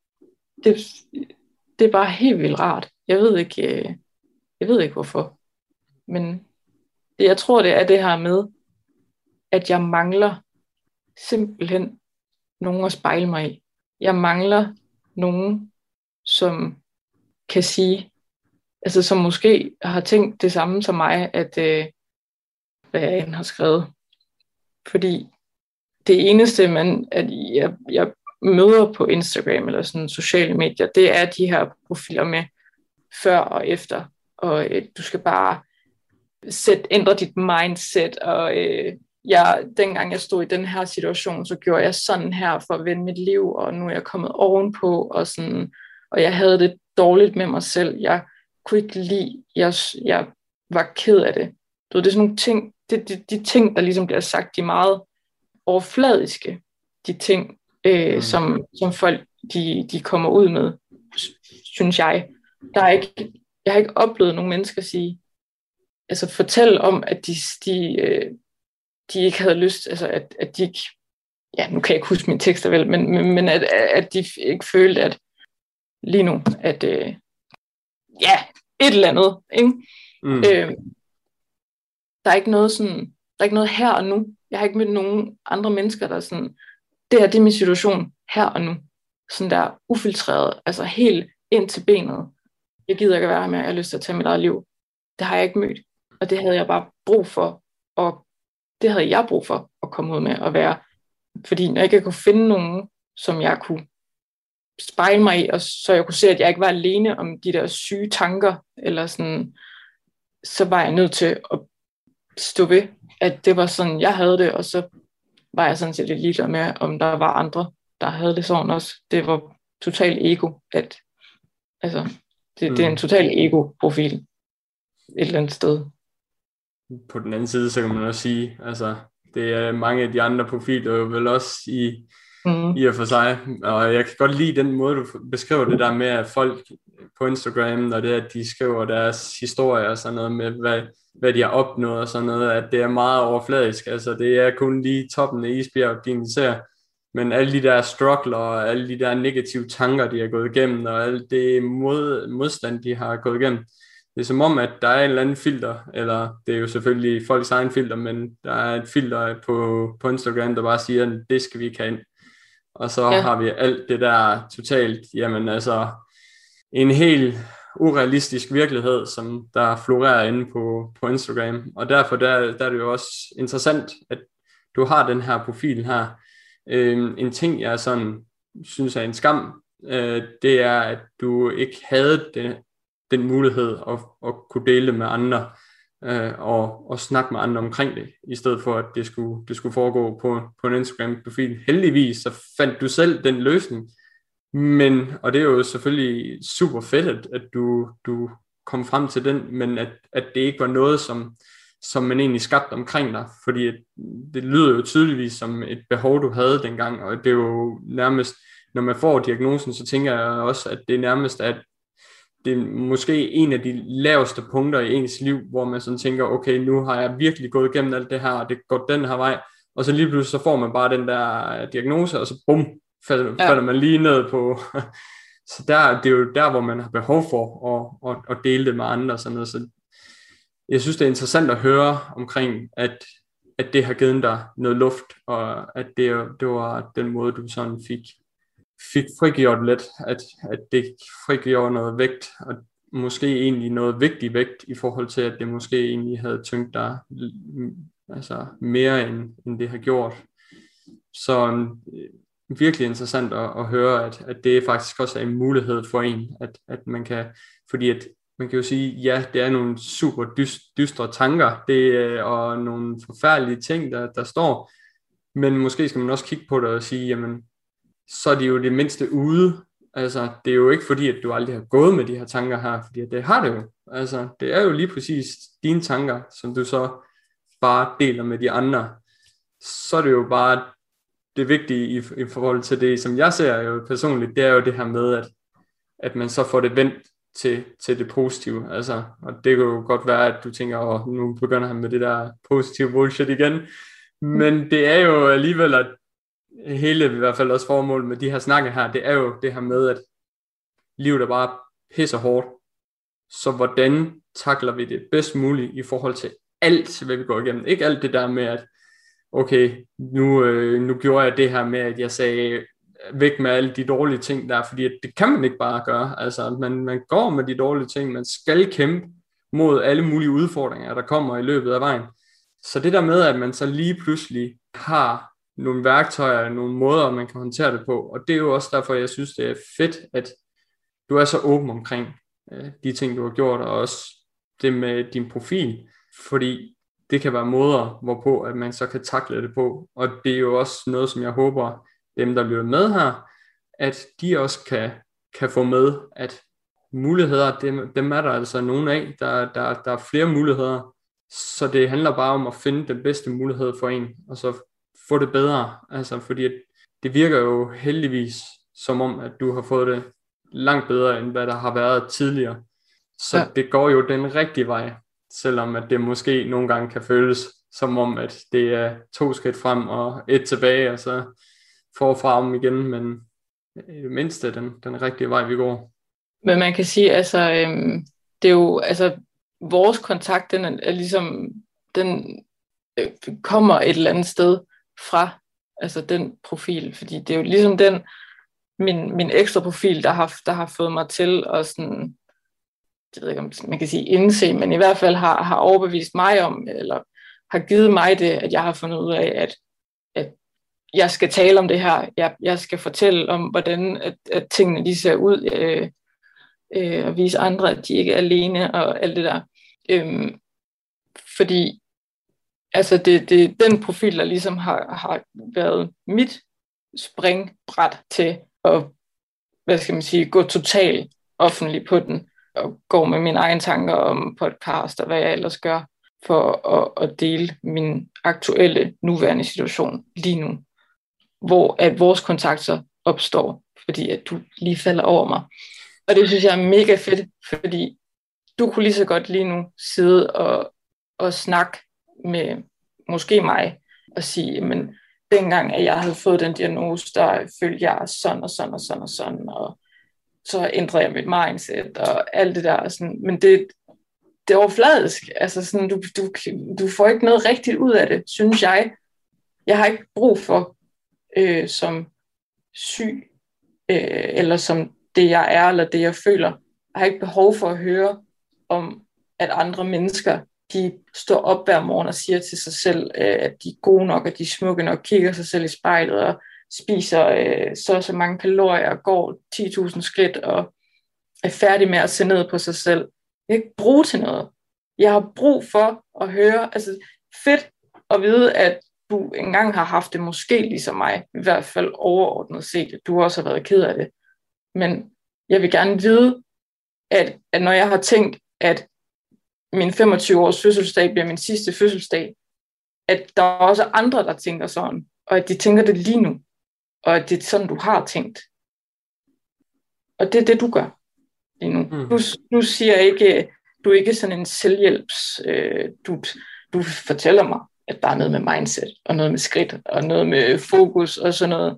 det er bare helt vildt rart. Jeg ved ikke hvorfor. Men jeg tror, det er det her med, at jeg mangler simpelthen nogen at spejle mig i. Jeg mangler nogen, som kan sige, altså som måske har tænkt det samme som mig, at hvad jeg end har skrevet. Fordi det eneste, jeg møder på Instagram eller sådan sociale medier, det er de her profiler med før og efter. Og du skal bare ændre dit mindset. Og dengang jeg stod i den her situation, så gjorde jeg sådan her for at vende mit liv, og nu er jeg kommet ovenpå, og jeg havde det dårligt med mig selv. Jeg kunne ikke lide, jeg var ked af det. Det er sådan nogle ting, de ting, der ligesom bliver sagt, de er meget overfladiske, de ting, som folk de kommer ud med, synes jeg. Jeg har ikke oplevet nogen mennesker sige, altså fortælle om, at de ikke havde lyst, altså at de ikke, ja, nu kan jeg ikke huske mine tekster vel, men at de ikke følte, at lige nu, at ja, et eller andet, ikke? Der er ikke noget her og nu. Jeg har ikke mødt nogen andre mennesker, der er sådan, det er min situation her og nu. Sådan der ufiltreret, altså helt ind til benet. Jeg gider ikke være her med, jeg har lyst til at tage mit eget liv. Det har jeg ikke mødt. Og det havde jeg bare brug for. Og det havde jeg brug for at komme ud med at være. Fordi når jeg ikke kunne finde nogen, som jeg kunne spejle mig i, og så jeg kunne se, at jeg ikke var alene om de der syge tanker, eller sådan, så var jeg nødt til at stå ved, at det var sådan, jeg havde det, og så var jeg sådan set lidt ligeglad med, om der var andre, der havde det sådan også. Det var totalt ego, det er en total ego-profil et eller andet sted. På den anden side, så kan man også sige, altså, det er mange af de andre profiler jo vel også i og for sig, og jeg kan godt lide den måde, du beskriver det der med, at folk på Instagram, når det er, at de skriver deres historie og sådan noget med, hvad de har opnået og sådan noget, at det er meget overfladisk, altså det er kun lige toppen af isbjerget, de ser, men alle de der struggler og alle de der negative tanker, de har gået igennem, og alt det modstand, de har gået igennem, det er som om, at der er en eller anden filter, eller det er jo selvfølgelig folks egen filter, men der er et filter på Instagram, der bare siger, at det skal vi ikke have ind. Og så har vi alt det der totalt, jamen altså, en helt urealistisk virkelighed, som der florerer inde på Instagram. Og derfor der er det jo også interessant, at du har den her profil her. En ting, jeg sådan synes er en skam, det er, at du ikke havde den mulighed at kunne dele med andre, og snakke med andre omkring det, i stedet for at det skulle foregå på en Instagram-profil. Heldigvis så fandt du selv den løsning, og det er jo selvfølgelig super fedt, at du kom frem til den, men at det ikke var noget, som man egentlig skabte omkring dig, fordi det lyder jo tydeligvis som et behov, du havde dengang, og det er jo nærmest, når man får diagnosen, så tænker jeg også, at det er nærmest, at det er måske en af de laveste punkter i ens liv, hvor man sådan tænker, okay, nu har jeg virkelig gået igennem alt det her, og det går den her vej, og så lige pludselig så får man bare den der diagnose, og så bum, falder man lige ned på. Så det er jo der, hvor man har behov for at dele det med andre. Sådan noget. Så jeg synes, det er interessant at høre omkring, at det har givet dig noget luft, og at det var den måde, du sådan fik fik frigjort lidt, at det frigjorde noget vægt, og måske egentlig noget vigtig vægt i forhold til, at det måske egentlig havde tyngt dig altså mere end det har gjort. Så virkelig interessant at høre, at det faktisk også er en mulighed for en, at man kan, fordi at man kan jo sige, ja, det er nogle super dystre tanker, og nogle forfærdelige ting, der står, men måske skal man også kigge på det og sige, jamen, så er de jo det mindste ude. Altså, det er jo ikke fordi, at du aldrig har gået med de her tanker her, fordi det har det jo. Altså, det er jo lige præcis dine tanker, som du så bare deler med de andre. Så er det jo bare det vigtige i forhold til det, som jeg ser jo personligt, det er jo det her med, at man så får det vendt til det positive. Altså, og det kan jo godt være, at du tænker, nu begynder han med det der positive bullshit igen. Men det er jo alligevel, at hele i hvert fald også formål med de her snakke her, det er jo det her med, at livet er bare pisser hårdt. Så hvordan takler vi det bedst muligt i forhold til alt, hvad vi går igennem? Ikke alt det der med, at okay, nu gjorde jeg det her med, at jeg sagde væk med alle de dårlige ting der, fordi det kan man ikke bare gøre. Altså, man går med de dårlige ting, man skal kæmpe mod alle mulige udfordringer, der kommer i løbet af vejen. Så det der med, at man så lige pludselig har nogle værktøjer, nogle måder, man kan håndtere det på, og det er jo også derfor, jeg synes, det er fedt, at du er så åben omkring de ting, du har gjort, og også det med din profil, fordi det kan være måder, hvorpå at man så kan takle det på, og det er jo også noget, som jeg håber, dem der bliver med her, at de også kan få med, at muligheder, dem er der altså nogen af, der er flere muligheder, så det handler bare om at finde den bedste mulighed for en, og så få det bedre, altså fordi det virker jo heldigvis som om, at du har fået det langt bedre, end hvad der har været tidligere, så ja. Det går jo den rigtige vej, selvom at det måske nogle gange kan føles som om, at det er 2 skridt frem og 1 tilbage, og så forfra om igen, men i det mindste den rigtige vej, vi går. Men man kan sige, altså, det er jo, altså, vores kontakt, den er ligesom, den kommer et eller andet sted fra, altså den profil, fordi det er jo ligesom den, min ekstra profil, der har fået mig til at sådan, jeg ved ikke, om man kan sige indse, men i hvert fald har overbevist mig om, eller har givet mig det, at jeg har fundet ud af, at jeg skal tale om det her, jeg skal fortælle om, hvordan at tingene de ser ud, og vise andre, at de ikke er alene, og alt det der. Fordi altså det den profil, der ligesom har været mit springbræt til at, hvad skal man sige, gå totalt offentlig på den, og gå med mine egne tanker om podcast, og hvad jeg ellers gør, for at dele min aktuelle, nuværende situation lige nu, hvor at vores kontakt så opstår, fordi at du lige falder over mig. Og det synes jeg er mega fedt, fordi du kunne lige så godt lige nu sidde og snakke med måske mig, og sige, men dengang, at jeg havde fået den diagnose, der følte jeg sådan og sådan og sådan og sådan, og så ændrede jeg mit mindset, og alt det der, og sådan. Men det er overfladisk, altså sådan, du får ikke noget rigtigt ud af det, synes jeg. Jeg har ikke brug for, som syg, eller som det jeg er, eller det jeg føler. Jeg har ikke behov for at høre om, at andre mennesker, de står op hver morgen og siger til sig selv, at de er gode nok, at de er smukke nok, kigger sig selv i spejlet og spiser så mange kalorier, går 10.000 skridt og er færdig med at se ned på sig selv. Jeg kan ikke bruge til noget. Jeg har brug for at høre, altså fedt at vide, at du engang har haft det måske ligesom mig, i hvert fald overordnet set, at du også har været ked af det. Men jeg vil gerne vide, at når jeg har tænkt, at min 25-års fødselsdag bliver min sidste fødselsdag, at der er også andre, der tænker sådan, og at de tænker det lige nu, og at det er sådan, du har tænkt. Og det er det, du gør lige nu. Du siger ikke, du er ikke sådan en selvhjælps, du fortæller mig, at der er noget med mindset, og noget med skridt, og noget med fokus, og sådan noget.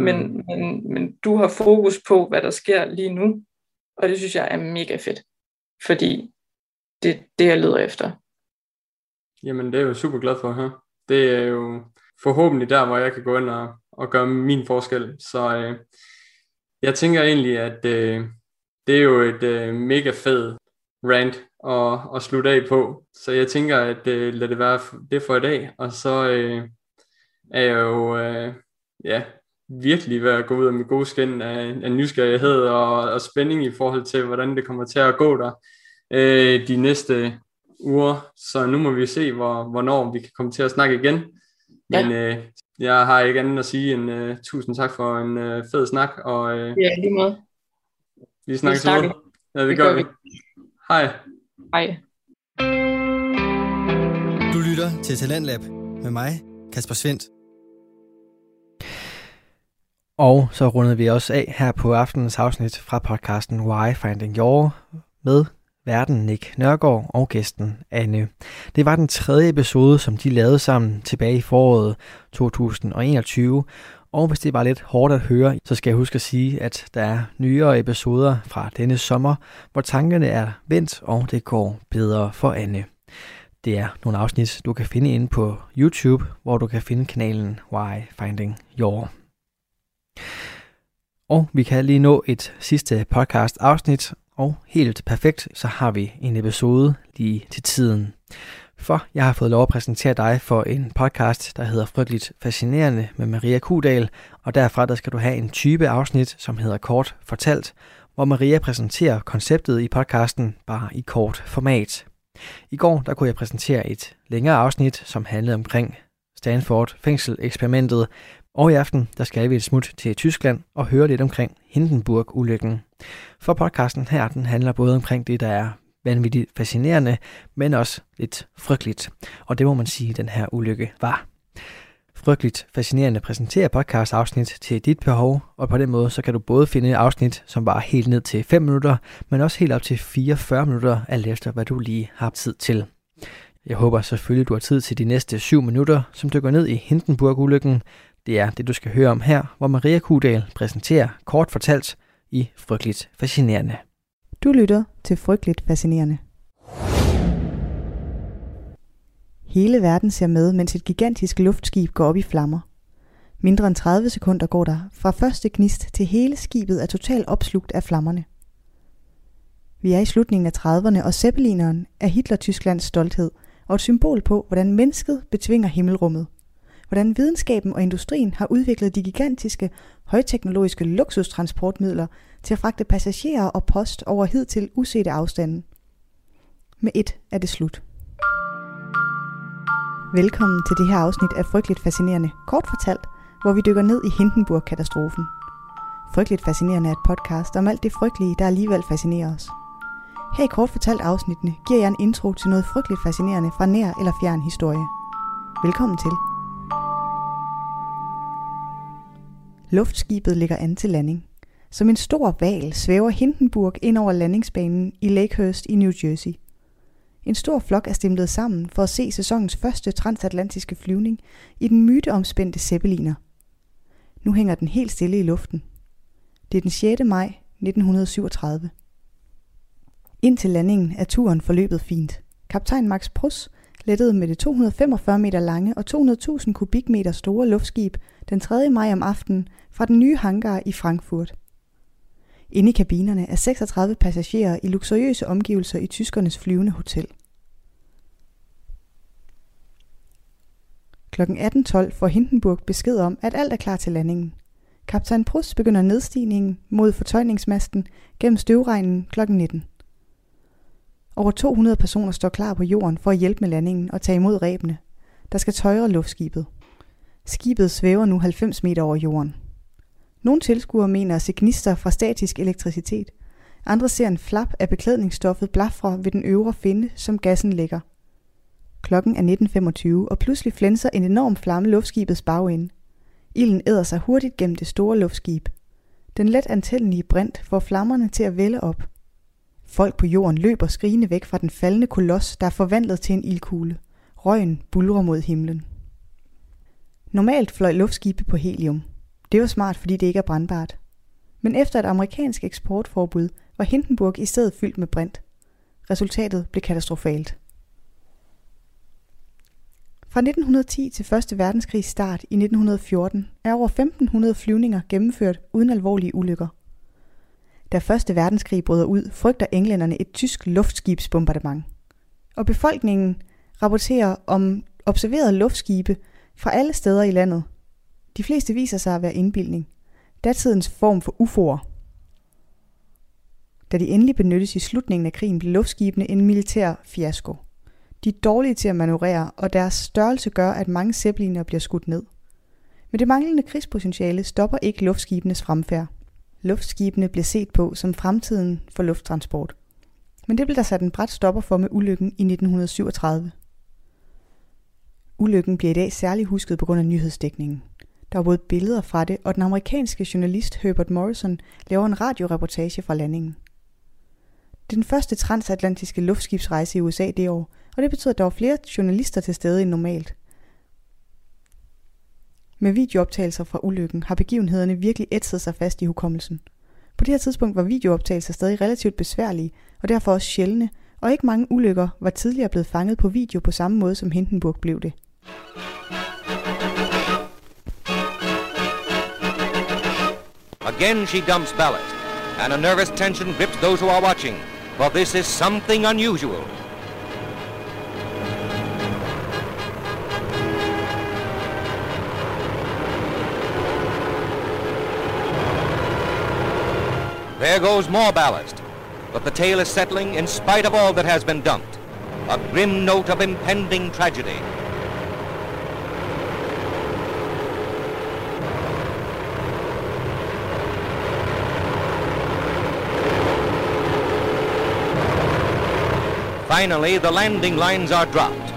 Men du har fokus på, hvad der sker lige nu, og det synes jeg er mega fedt, fordi det er det, jeg leder efter. Jamen, det er jeg jo super glad for at høre. Det er jo forhåbentlig der, hvor jeg kan gå ind og gøre min forskel. Så Jeg tænker egentlig, at det er jo et mega fed rant at slutte af på. Så jeg tænker, at lad det være det for i dag. Og så er jeg jo virkelig ved at gå ud af min gode skin af nysgerrighed og spænding i forhold til, hvordan det kommer til at gå der de næste uger. Så nu må vi se, hvornår vi kan komme til at snakke igen. Men jeg har ikke andet at sige end tusind tak for en fed snak. Og, lige måde. Vi snakkes ud. Ja, det gør vi. Hej. Hej. Du lytter til Talentlab med mig, Kasper Svendt. Og så rundede vi også af her på aftenens afsnit fra podcasten Why Finding Your med værten Nick Nørgaard og gæsten Anne. Det var den 3. episode, som de lavede sammen tilbage i foråret 2021. Og hvis det var lidt hårdt at høre, så skal jeg huske at sige, at der er nyere episoder fra denne sommer, hvor tankerne er vendt, og det går bedre for Anne. Det er nogle afsnit, du kan finde inde på YouTube, hvor du kan finde kanalen Why Finding Your. Og vi kan lige nå et sidste podcast afsnit, og helt perfekt, så har vi en episode lige til tiden. For jeg har fået lov at præsentere dig for en podcast, der hedder Frygteligt Fascinerende med Maria Kudal, og derfra der skal du have en type afsnit, som hedder Kort Fortalt, hvor Maria præsenterer konceptet i podcasten bare i kort format. I går der kunne jeg præsentere et længere afsnit, som handlede omkring Stanford fængsel-eksperimentet, og i aften der skal vi et smut til Tyskland og høre lidt omkring Hindenburg-ulykken. For podcasten her, den handler både omkring det, der er vanvittigt fascinerende, men også lidt frygteligt. Og det må man sige, den her ulykke var. Frygteligt fascinerende præsenterer podcast-afsnit til dit behov, og på den måde så kan du både finde afsnit, som var helt ned til 5 minutter, men også helt op til 44 minutter, alt efter hvad du lige har tid til. Jeg håber selvfølgelig, du har tid til de næste 7 minutter, som dykker ned i Hindenburg-ulykken. Det er det, du skal høre om her, hvor Maria Kudal præsenterer Kort Fortalt i Frygteligt Fascinerende. Du lytter til Frygteligt Fascinerende. Hele verden ser med, mens et gigantisk luftskib går op i flammer. Mindre end 30 sekunder går der fra første gnist til hele skibet er totalt opslugt af flammerne. Vi er i slutningen af 30'erne, og zeppelineren er Hitler-Tysklands stolthed og et symbol på, hvordan mennesket betvinger himmelrummet. Hvordan videnskaben og industrien har udviklet de gigantiske, højteknologiske luksustransportmidler til at fragte passagerer og post over hidtil usete afstande. Med et er det slut. Velkommen til det her afsnit af Frygteligt Fascinerende, Kort Fortalt, hvor vi dykker ned i Hindenburg-katastrofen. Frygteligt Fascinerende er et podcast om alt det frygtelige, der alligevel fascinerer os. Her i Kort Fortalt afsnittene giver jeg en intro til noget frygteligt fascinerende fra nær eller fjern historie. Velkommen til. Luftskibet ligger an til landing. Som en stor hval svæver Hindenburg ind over landingsbanen i Lakehurst i New Jersey. En stor flok er stimlet sammen for at se sæsonens første transatlantiske flyvning i den myteomspændte zeppeliner. Nu hænger den helt stille i luften. Det er den 6. maj 1937. Indtil landingen er turen forløbet fint. Kaptajn Max Pruss lettede med det 245 meter lange og 200.000 kubikmeter store luftskib den 3. maj om aftenen fra den nye hangar i Frankfurt. Inde i kabinerne er 36 passagerer i luksuriøse omgivelser i tyskernes flyvende hotel. Kl. 18:12 får Hindenburg besked om, at alt er klar til landingen. Kaptajn Pruss begynder nedstigningen mod fortøjningsmasten gennem støvregnen kl. 19. Over 200 personer står klar på jorden for at hjælpe med landingen og tage imod rebene, der skal tøjre luftskibet. Skibet svæver nu 90 meter over jorden. Nogle tilskuere mener at se gnister fra statisk elektricitet. Andre ser en flap af beklædningsstoffet blafre ved den øvre finde, som gassen lægger. Klokken er 19:25, og pludselig flænser en enorm flamme luftskibets bagende. Ilden æder sig hurtigt gennem det store luftskib. Den let antændelige brint får flammerne til at vælde op. Folk på jorden løber skrigende væk fra den faldende koloss, der er forvandlet til en ildkugle. Røgen buldrer mod himlen. Normalt fløj luftskibe på helium. Det var smart, fordi det ikke er brandbart. Men efter et amerikansk eksportforbud var Hindenburg i stedet fyldt med brint. Resultatet blev katastrofalt. Fra 1910 til 1. verdenskrigs start i 1914 er over 1500 flyvninger gennemført uden alvorlige ulykker. Da 1. verdenskrig bryder ud, frygter englænderne et tysk luftskibsbombardement. Og befolkningen rapporterer om observerede luftskibe fra alle steder i landet. De fleste viser sig at være indbildning. Datidens form for UFO'er. Da de endelig benyttes i slutningen af krigen, blev luftskibene en militær fiasko. De er dårlige til at manøvrere, og deres størrelse gør, at mange zeppeliner bliver skudt ned. Men det manglende krigspotentiale stopper ikke luftskibenes fremfærd. Luftskibene bliver set på som fremtiden for lufttransport. Men det blev der sat en brat stopper for med ulykken i 1937. Ulykken bliver i dag særligt husket på grund af nyhedsdækningen. Der var både billeder fra det, og den amerikanske journalist Herbert Morrison laver en radioreportage fra landingen. Det er den første transatlantiske luftskibsrejse i USA det år, og det betyder, at der var flere journalister til stede end normalt. Med videooptagelser fra ulykken har begivenhederne virkelig ætset sig fast i hukommelsen. På det her tidspunkt var videooptagelser stadig relativt besværlige, og derfor også sjældne, og ikke mange ulykker var tidligere blevet fanget på video på samme måde som Hindenburg blev det. Again she dumps ballast, and a nervous tension grips those who are watching, for this is something unusual. There goes more ballast, but the tail is settling in spite of all that has been dumped. A grim note of impending tragedy. Finally, the landing lines are dropped.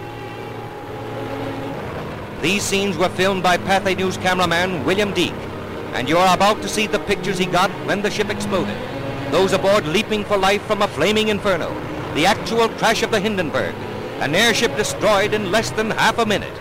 These scenes were filmed by Pathé News cameraman William Deek, and you are about to see the pictures he got when the ship exploded. Those aboard leaping for life from a flaming inferno. The actual crash of the Hindenburg. An airship destroyed in less than half a minute.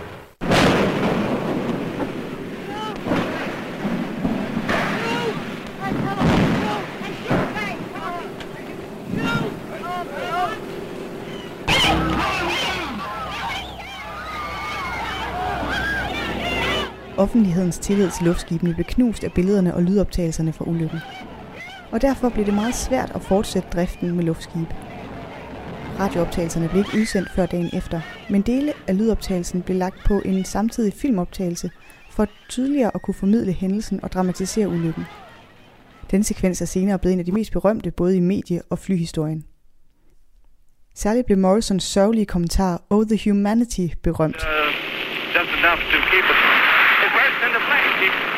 Offentlighedens tillid til luftskibene blev knust af billederne og lydoptagelserne fra ulykken. Og derfor blev det meget svært at fortsætte driften med luftskibe. Radiooptagelserne blev ikke udsendt før dagen efter, men dele af lydoptagelsen blev lagt på en samtidig filmoptagelse for tydeligere at kunne formidle hændelsen og dramatisere ulykken. Denne sekvens er senere blevet en af de mest berømte både i medie- og flyhistorien. Særligt blev Morrisons sørgelige kommentar "Oh, the humanity" berømt. Just enough to keep it. It burst into flames.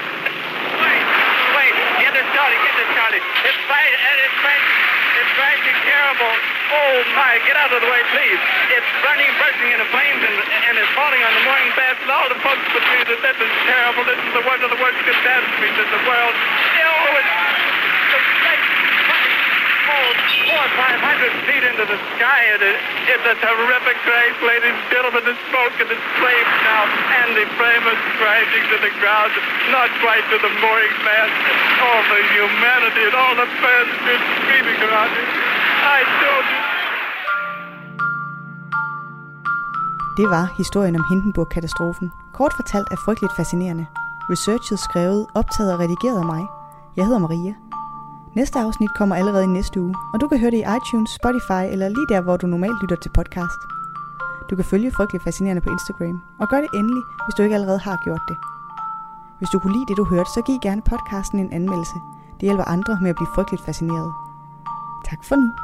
Wait, get it started. It's crashing terrible. Oh my, get out of the way, please. It's bursting into flames, and it's falling on the mooring mast, and all the folks between us. This is terrible. This is one of the worst catastrophes in the world. Oh, it's 400 or 500 feet into the sky, and it's a terrific crash, ladies and gentlemen. There's smoke and it's flames now, and the frame is crashing to the ground, not quite to the mooring mast. All the humanity and all the fans been screaming around it. I told you. Det var historien om Hindenburg-katastrofen. Kort fortalt er frygteligt fascinerende. Researchet skrevet, optaget og redigeret af mig. Jeg hedder Maria. Næste afsnit kommer allerede i næste uge, og du kan høre det i iTunes, Spotify eller lige der, hvor du normalt lytter til podcast. Du kan følge Frygteligt Fascinerende på Instagram, og gør det endelig, hvis du ikke allerede har gjort det. Hvis du kunne lide det, du hørte, så giv gerne podcasten en anmeldelse. Det hjælper andre med at blive frygteligt fascineret. Tak for nu.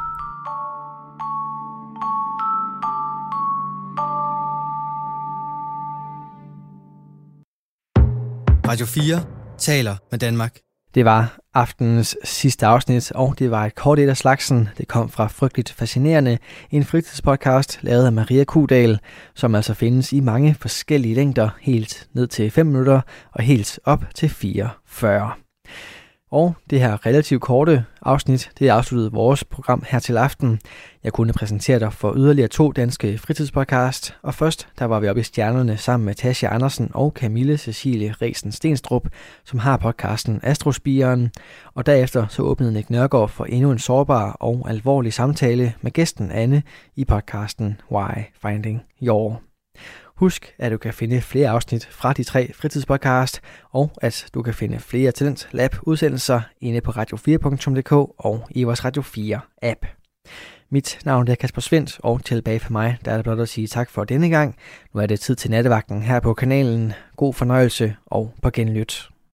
Radio 4 taler med Danmark. Det var aftenens sidste afsnit, og det var et kort et af slagsen. Det kom fra Frygteligt Fascinerende, en fritidspodcast lavet af Maria Kudal, som altså findes i mange forskellige længder, helt ned til 5 minutter og helt op til 44. Og det her relativt korte afsnit, det afsluttede vores program her til aften. Jeg kunne præsentere dig for yderligere 2 danske fritidspodcast, og først der var vi oppe i stjernerne sammen med Tasha Andersen og Camille Cecilie Resen Stenstrup, som har podcasten Astrospiren, og derefter så åbnede Nick Nørgaard for endnu en sårbar og alvorlig samtale med gæsten Anne i podcasten Why Finding Your. Husk, at du kan finde flere afsnit fra de 3 fritidspodcast, og at du kan finde flere Talent Lab udsendelser inde på radio4.dk og i vores Radio 4 app. Mit navn er Kasper Svendt, og tilbage for mig, der er det blot at sige tak for denne gang. Nu er det tid til nattevagten her på kanalen. God fornøjelse og på genlyt.